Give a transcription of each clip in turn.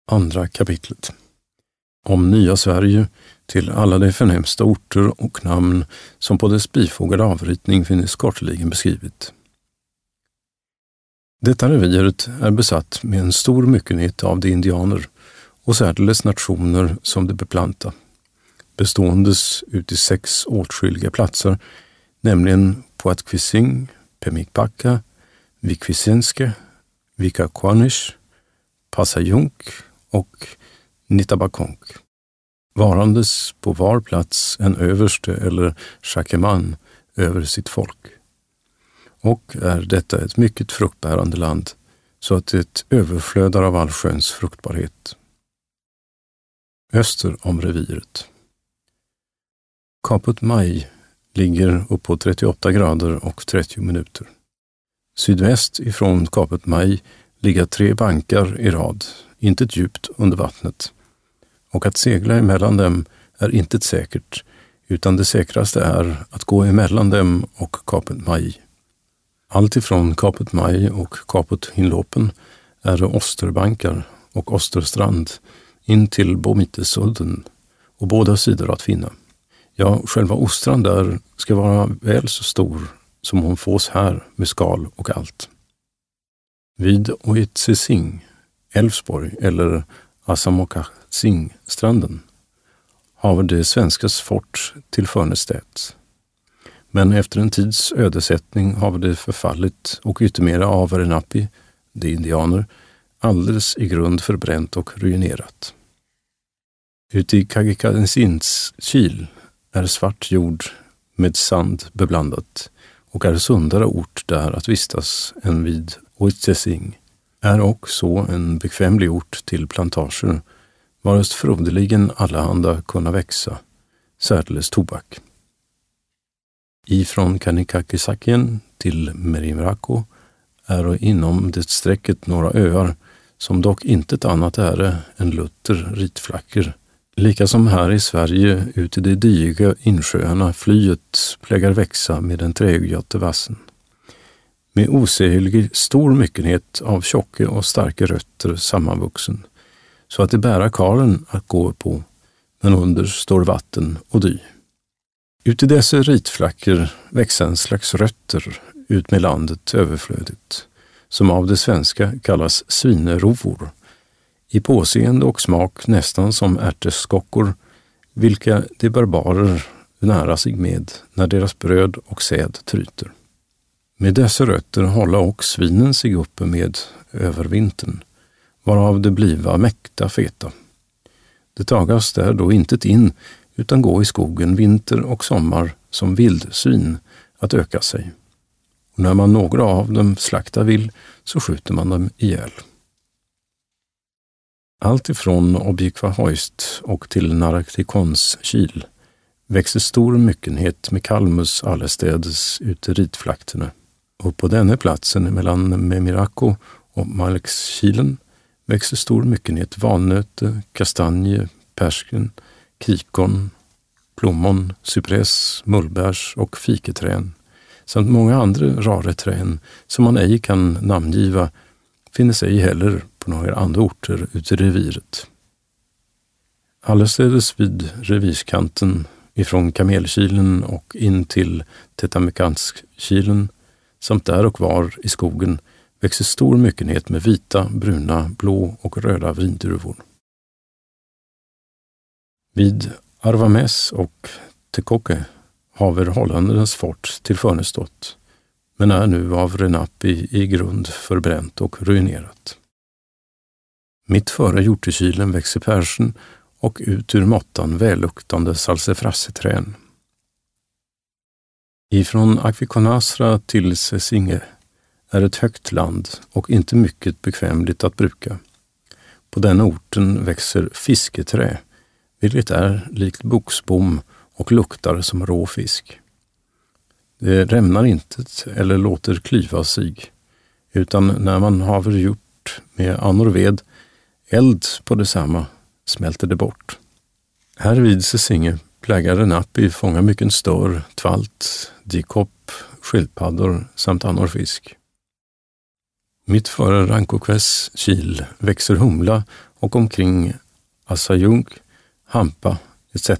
Andra kapitlet. Om nya Sverige till alla de förnämsta orter och namn som på dess bifogade avritning finns kortligen beskrivet. Detta reviret är besatt med en stor myckenhet av de indianer och särdeles nationer som de beplanta, beståendes ut i 6 åtskilliga platser, nämligen Poatquising, Pemikpaka, Vikvisenske, Vikaquanish, Passayunk och Nitabakonk, varandes på var plats en överste eller shakeman över sitt folk. Och är detta ett mycket fruktbärande land, så att det överflödar av allsköns fruktbarhet. Öster om reviret. Caput Mai ligger uppå 38 grader och 30 minuter. Sydväst ifrån Caput Mai ligger 3 bankar i rad, inte djupt under vattnet, och att segla emellan dem är inte säkert, utan det säkraste är att gå emellan dem och Caput Mai. Allt ifrån Caput Mai och Caput Hinlopen är det Osterbankar och Osterstrand in till Bomitesudden och båda sidor att finna. Ja, själva ostran där ska vara väl så stor som hon fås här med skal och allt. Vid Oitsesing, Älvsborg eller Asamokasing-stranden har det svenskas fort till förnestät. Men efter en tids ödesättning har det förfallit och yttermera av Renapi, de indianer, alldeles i grund förbränt och ruinerat. Ute i Kagikadensins kil är svart jord med sand beblandat och är sundare ort där att vistas än vid Oitsesing. Är också en bekvämlig ort till plantager, varest förmodligen allehanda kunna växa, särdeles tobak. Ifrån Kanikakisakien till Merimrako är inom det sträcket några öar, som dock intet annat är än lutter ritflackor, lika som här i Sverige ut i de diga insjöarna flyet plägar växa med den trägjöte vassen. Med osäglig stor myckenhet av tjocke och starka rötter sammanvuxen, så att det bära karen att gå på, men under står vatten och dy. Ut i dessa ritflackor växer en slags rötter ut med landet överflödigt, som av det svenska kallas svinerovor, i påseende och smak nästan som ärteskockor, vilka de barbarer nära sig med när deras bröd och säd tryter. Med dessa rötter hålla och svinen sig uppe med över vintern, varav det bliva mäkta feta. Det tagas där då intet in, utan gå i skogen vinter och sommar som vildsvin att öka sig. Och när man några av dem slakta vill, så skjuter man dem ihjäl. Allt ifrån Objekvahoist och till Naraktikons kil växer stor myckenhet med kalmus allestädes ute i ritflakterna. Och på denna platsen mellan Memirako och Malekskilen växer stor myckenhet valnöte, kastanje, persken, kikon, plommon, cypress, mullbärs och fiketrän, samt många andra rara trän som man ej kan namngiva, finnes ej heller på några andra orter ute i reviret. Allestädes vid revirskanten ifrån Kamelkilen och in till Tetamekanskkilen samt där och var i skogen växer stor myckenhet med vita, bruna, blå och röda vindruvor. Vid Arvames och Tekoke haver holländarnas fort till förnestått, men är nu av Renapi i grund förbränt och ruinerat. Mitt före hjortekylen växer persen och ut ur måttan välluktande salsefrasseträn. Ifrån Akvikonasra till Sesinge är ett högt land och inte mycket bekvämligt att bruka. På denna orten växer fisketrä, vilket är likt boxbom och luktar som rå fisk. Det rämnar intet eller låter klyva sig, utan när man haver gjort med anorved eld på detsamma smälter det bort. Här vid Sesinge plägar Renapi fånga mycket stör, tvalt, dikopp, skildpaddor samt anorfisk. Mitt före Rankokves kil växer humla och omkring Assajung, Hampa etc.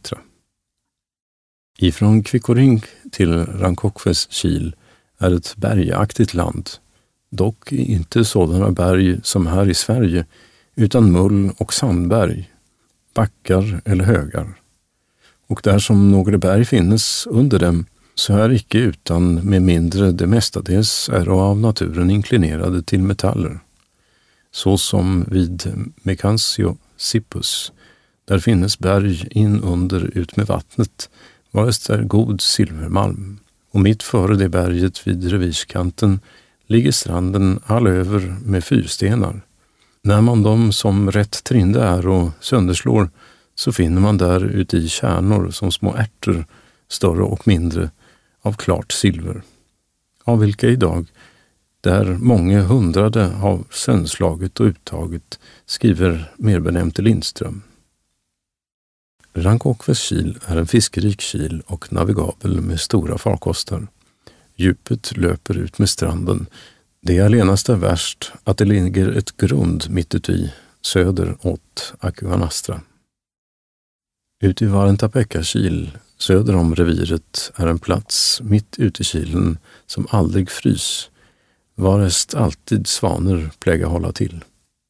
Ifrån Kvikkoring till Rankokves-Kil är ett bergaktigt land, dock inte sådana berg som här i Sverige, utan mull- och sandberg, backar eller högar. Och där som några berg finnes under dem, så är icke utan med mindre det mestadels är av naturen inklinerade till metaller. Så som vid Mecansio Sippus, där finnes berg in under ut med vattnet, varest där god silvermalm. Och mitt före det berget vid revirskanten ligger stranden all över med fyrstenar. När man dem som rätt trinde är och sönderslår, så finner man där uti kärnor som små ärtor, större och mindre, av klart silver, av vilka idag, där många hundrade har sönslaget och uttaget, skriver mer benämnte Lindström. Rankokves-Kil är en fiskerik kil och navigabel med stora farkostar. Djupet löper ut med stranden. Det allenast är värst att det ligger ett grund mitt uti, söder åt Akuanastra. Ute i Varentapekka-Kil, söder om reviret, är en plats mitt ute i kilen som aldrig frys, varest alltid svaner pläga hålla till.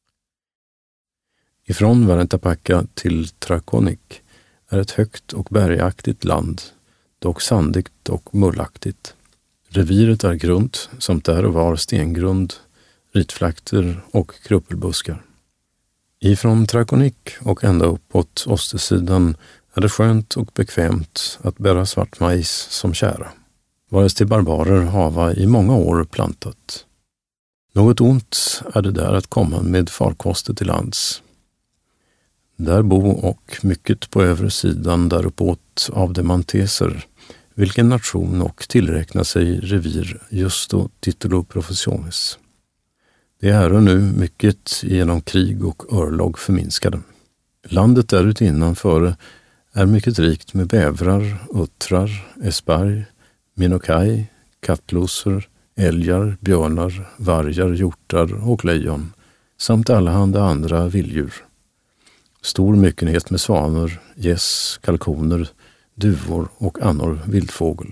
Ifrån Varentapakka till Trakonik är ett högt och bergaktigt land, dock sandigt och mullaktigt. Reviret är grunt, samt där och var stengrund, ritflakter och kruppelbuskar. Ifrån Trakonik och ända uppåt Ostersidan är det skönt och bekvämt att bära svart majs som kära, varest till barbarer hava i många år plantat. Något ont är det där att komma med farkoster till lands. Där bo och mycket på övre sidan där uppåt av de manteser, vilken nation och tillräkna sig revir justo titulo professionis. Det är nu mycket genom krig och örlog förminskade. Landet där utinanför är mycket rikt med bävrar, uttrar, esparg, minokaj, kattlosor, älgar, björnar, vargar, hjortar och lejon, samt allehanda andra vilddjur. Stor myckenhet med svanor, gäss, kalkoner, duvor och annor vildfågel.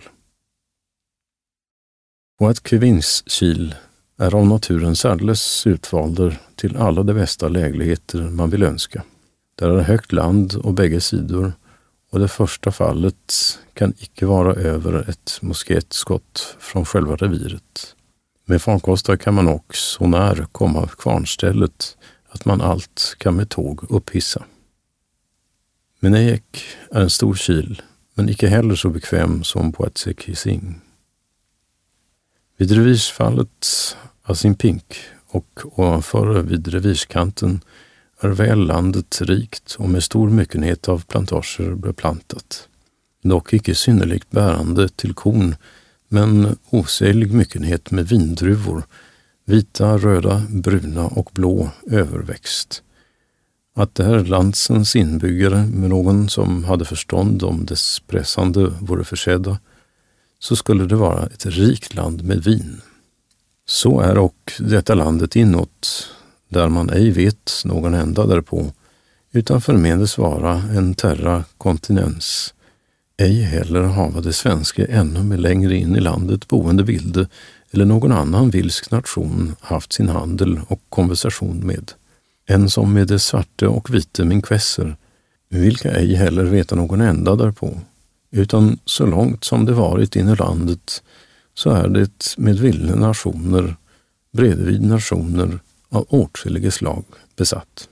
Och att Kvinskil är av naturen särdeles utvalder till alla de bästa lägligheter man vill önska. Där är högt land och bägge sidor, och det första fallet kan icke vara över ett mosketskott från själva reviret. Med farkostar kan man också så när komma kvarnstället att man allt kan med tåg upphissa. Menejek är en stor kil, men icke heller så bekväm som Poetsekising. Vid revirsfallet Asimpink och ovanför vid revirskanten är väl landet rikt och med stor myckenhet av plantager beplantat. Dock icke synnerligt bärande till korn, men osäglig myckenhet med vindruvor, vita, röda, bruna och blå överväxt. Att det här landsens inbyggare med någon som hade förstånd om dess pressande vore försedda, så skulle det vara ett rikt land med vin. Så är och detta landet inåt, där man ej vet någon ända därpå, utan förmenes vara en terra continens. Ej heller hava det svenska ännu med längre in i landet boende vilde eller någon annan vilsk nation haft sin handel och konversation med, än som med det svarte och vite minkvesser, vilka ej heller veta någon ända därpå, utan så långt som det varit in i landet, så är det med vilde nationer, bredvid nationer av åtskilliga slag besatt.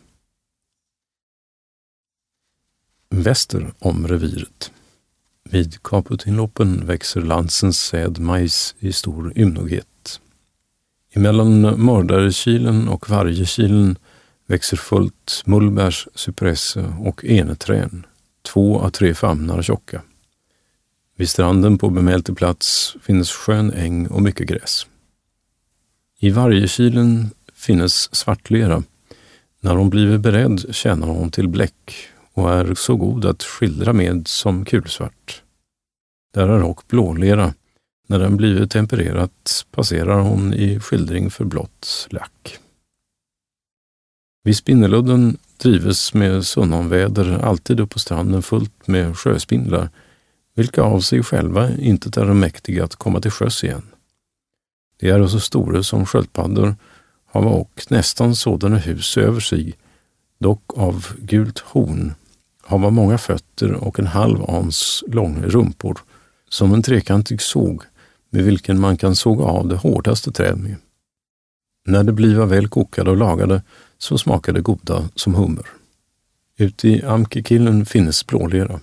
Väster om reviret. Vid Kaputinloppen växer landsens säd majs i stor ymnoghet. Emellan Mördarekilen och Vargekilen växer fullt mullbärs, cypresse och eneträn, 2 à 3 famnar tjocka. Vid stranden på bemäld plats finns skön äng och mycket gräs. I Vargekilen finnes svartlera. När hon blivit beredd tjänar hon till bläck och är så god att skildra med som kulsvart. Där är och blålera. När den blivit tempererat passerar hon i skildring för blått lack. Vid Spindeludden drives med sunnanväder alltid upp på stranden fullt med sjöspindlar, vilka av sig själva inte är mäktiga att komma till sjöss igen. De är så stora som sköldpaddor, hava och nästan sådana hus över sig, dock av gult horn, hava många fötter och en halv ans långa rumpor, som en trekantig såg, med vilken man kan såga av det hårdaste träd med. När det bliva väl kokade och lagade, så smakade goda som hummer. Ute i Amkekillen finnes blålera.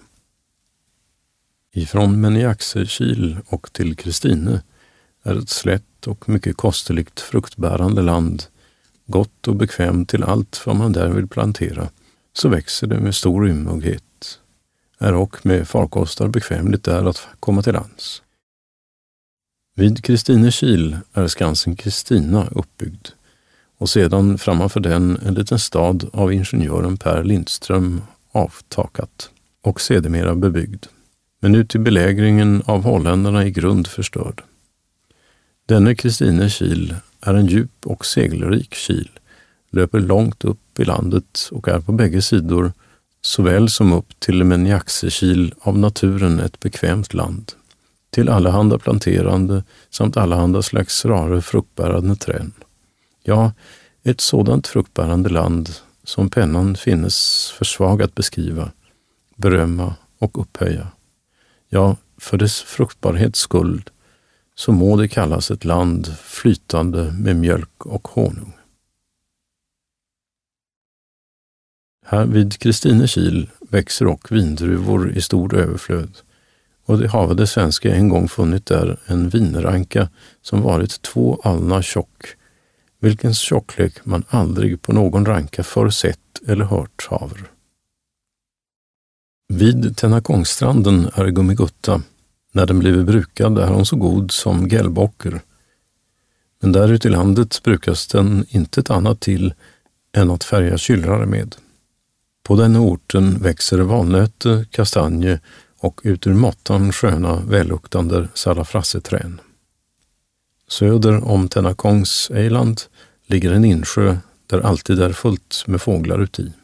Ifrån Meniaxekil och till Kristine är ett slätt och mycket kosteligt fruktbärande land, gott och bekvämt till allt vad man där vill plantera, så växer det med stor ymöghet. Är och med farkostar bekvämligt där att komma till lands. Vid Kristinekil är skansen Kristina uppbyggd, och sedan framför den en liten stad av ingenjören Per Lindström avtakat och sedermera bebyggd, men ut i belägringen av holländarna i grund förstörd. Denne Kristinekil är en djup och segelrik kil, löper långt upp i landet och är på bägge sidor, såväl som upp till Meniaxekil av naturen ett bekvämt land, till allehanda planterande samt allehanda slags rare fruktbärande träd. Ja, ett sådant fruktbärande land som pennan finnes för svag att beskriva, berömma och upphöja. Ja, för dess fruktbarhets skull så må det kallas ett land flytande med mjölk och honung. Här vid Kristinekil växer och vindruvor i stor överflöd, och det havade svenska en gång funnit där en vinranka som varit 2 alnar tjock, vilkens tjocklek man aldrig på någon ranka förr sett eller hört haver. Vid Tennakongstranden är Gummigutta. När den blivit brukad är hon så god som gällbocker. Men där ute i landet brukas den inte ett annat till än att färga kyllrar med. På denna orten växer valnöte, kastanje och ut ur måttan sköna välluktande salafrasseträn. Söder om Tennakongs ejland ligger en insjö där alltid är fullt med fåglar uti.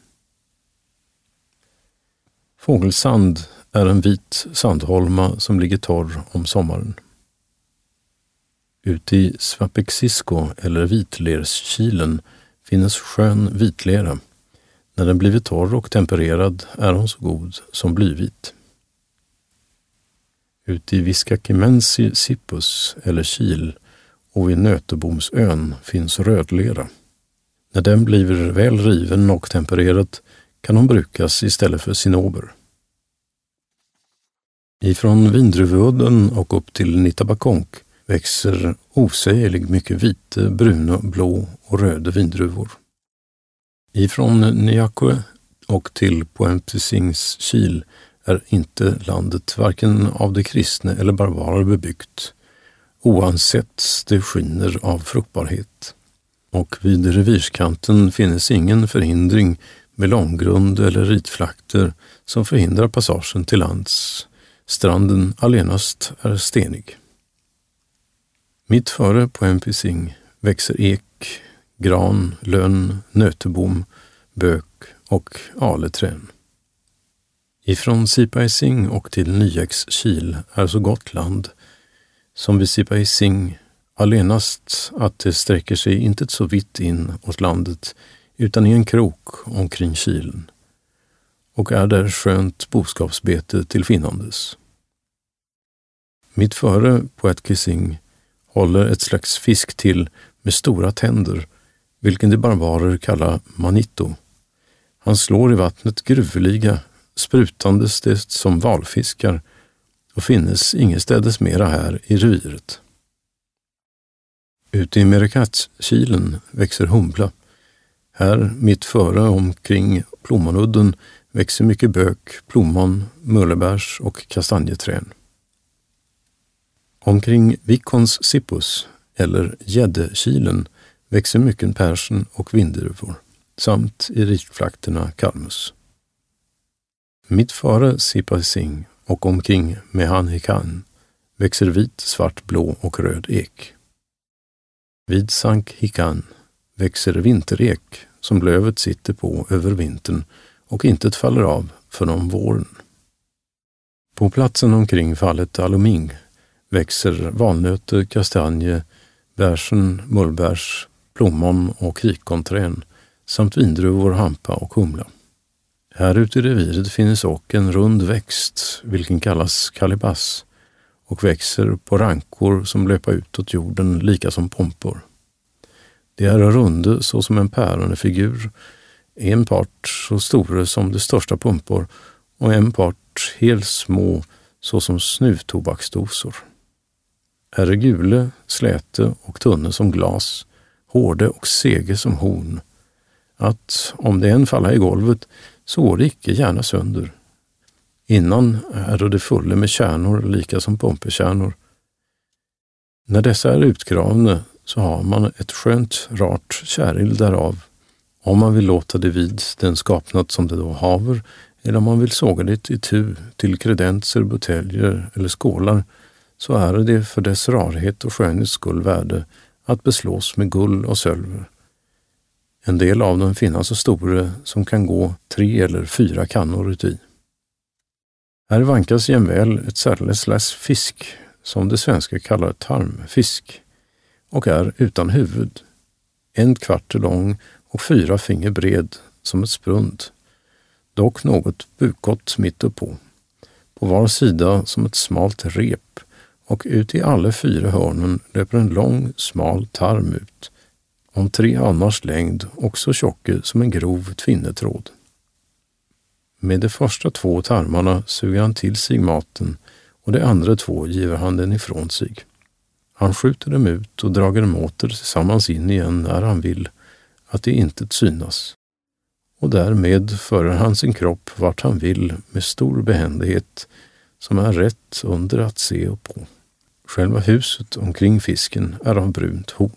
Fågelsand är en vit sandholma som ligger torr om sommaren. Ute i Svapexisko eller Vitlerskilen finnes skön vitlera. När den blivit torr och tempererad är hon så god som blyvit. Ute i Viskakimensi Sippus eller Kil och vid Nötebomsön finns rödlera. När den blir väl riven och tempererad kan hon brukas istället för sinober. Ifrån Vindruveudden och upp till Nitabakonk växer osägelig mycket vita, bruna, blå och röda vindruvor. Ifrån Nyakwe och till Poempesingskil är inte landet varken av de kristna eller barbarer bebyggt, oansett det skiner av fruktbarhet. Och vid revirskanten finnes ingen förhindring med långgrund eller ritflakter som förhindrar passagen till lands. Stranden allenast är stenig. Mitt före Poempesing växer ek, gran, lönn, nötebom, bök och aleträd. Ifrån Sipaising och till Nyekskil är så gott land som vid Sipaising allenast att det sträcker sig inte så vitt in åt landet utan i en krok omkring kilen, och är där skönt boskapsbete till finnandes. Mitt före Poetkising håller ett slags fisk till med stora tänder, vilken de barbarer kallar manito. Han slår i vattnet gruvliga, sprutandes det som valfiskar, och finnes ingenstädes mera här i reviret. Ute i Merekatskilen växer humla. Här mitt före omkring Plommonudden växer mycket bök, plommon, mullebärs och kastanjeträn. Omkring Vikons Sippus eller Gäddekilen växer mycket persen och vindruvor, samt i ritflakterna kalmus. Mitt före Sipaising och omkring Mehanhikan växer vit, svart, blå och röd ek. Vid Sank Hikan växer vinterek som lövet sitter på över vintern och inte faller av förrän våren. På platsen omkring fallet Aluming växer valnötter, kastanje, bärsen, mullbärs, plommon och krikonträd samt vindruvor, hampa och humla. Här ute i reviret finns också en rund växt, vilken kallas kalibass, och växer på rankor som löper ut åt jorden lika som pompor. De är runde så som en päronefigur, en part så stora som de största pumpor och en part helt små så som snuvtobaksdosor. Är gule, släte och tunne som glas, hårde och sege som horn, att om det än faller i golvet så går det icke gärna sönder. Innan är det fulla med kärnor lika som pumpekärnor. När dessa är utgravna så har man ett skönt rart käril därav, om man vill låta det vid den skapnad som det då haver, eller om man vill såga det i tu till kredenser, buteljer eller skålar, så är det för dess rarhet och skönhets skull värde att beslås med guld och sölver. En del av dem finns så stora som kan gå 3 eller 4 kannor uti. Här vankas jämväl ett särskilt slags fisk som det svenska kallar tarmfisk och är utan huvud, 1 kvart lång och 4 finger bred som ett sprund, dock något bukott mitt uppå, på var sida som ett smalt rep, och ut i alla 4 hörnen löper en lång smal tarm ut, om 3 annars längd också tjocke som en grov tvinnetråd. Med de första 2 tarmarna suger han till sig maten och de andra 2 giver han den ifrån sig. Han skjuter dem ut och drager dem åter tillsammans in igen när han vill, att det inte synas. Och därmed förer han sin kropp vart han vill med stor behändighet som är rätt under att se och på. Själva huset omkring fisken är av brunt horn.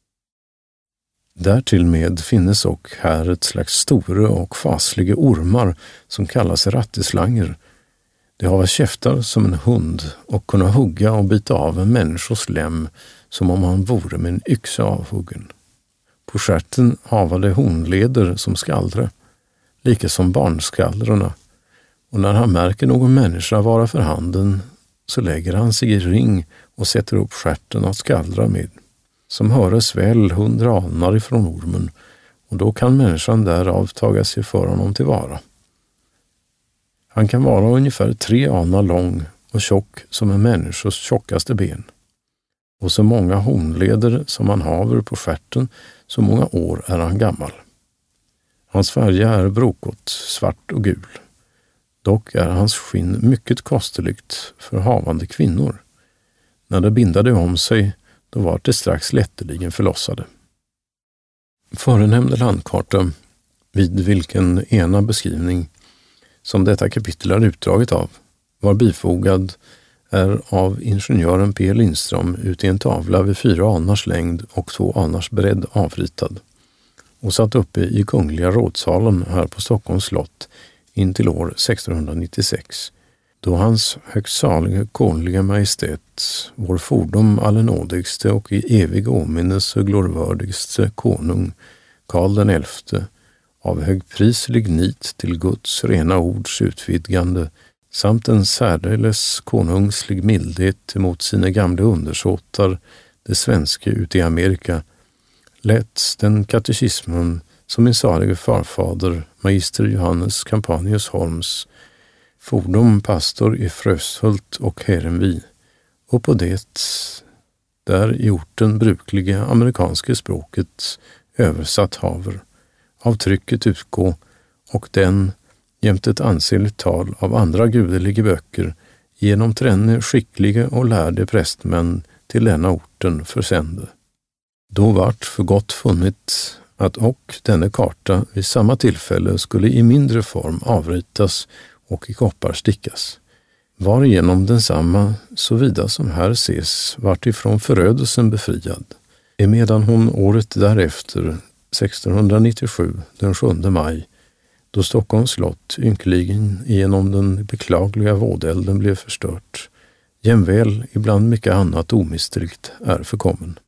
Därtill med finnes och här ett slags stora och fasliga ormar som kallas ratteslanger. De har käftar som en hund och kunna hugga och bita av en människors lem som om han vore med en yxa avhuggen. På stjärten hava de hornleder som skallra, lika som barnskallrorna, och när han märker någon människa vara för handen så lägger han sig i ring och sätter upp stjärten att skallra med, som höres väl 100 alnar ifrån ormen, och då kan människan därav taga sig för honom tillvara. Han kan vara ungefär 3 alnar lång och tjock som en människas tjockaste ben. Och så många hornleder som han haver på stjärten, så många år är han gammal. Hans färg är brokott, svart och gul. Dock är hans skinn mycket kosteligt för havande kvinnor. När de bindade om sig, då var det strax lätteligen förlossade. Förenämnda landkarta, vid vilken ena beskrivning som detta kapitel är utdraget av, var bifogad, är av ingenjören P. Lindström ut i en tavla vid 4 alnars längd och 2 alnars bredd avritad och satt uppe i Kungliga rådsalen här på Stockholms slott in till år 1696, då hans högst saliga konungliga majestät, vår fordom allernådigste och i evig åminnelse glorvördigste konung, Karl den XI, av högprislig nit till Guds rena ords utvidgande samt en särdeles konungslig mildhet emot sina gamla undersåtar, det svenska ute i Amerika, lät den katekismen som min salige farfader, magister Johannes Campanius Holms, fordom pastor i Fröshult och Herenvi, och på det där i orten brukliga amerikanska språket översatt haver, av trycket utgå, och den jämte ett ansenligt tal av andra gudeliga böcker genom tränne skickliga och lärde prästmän till denna orten försände. Då vart för gott funnit att och denna karta vid samma tillfälle skulle i mindre form avritas och i koppar stickas, varigenom densamma, så vida som här ses, vart ifrån förödelsen befriad, emedan hon året därefter, 1697, den 7 maj, då Stockholms slott ynkligen genom den beklagliga vådelden blev förstört, jämväl ibland mycket annat omistligt är förkommen.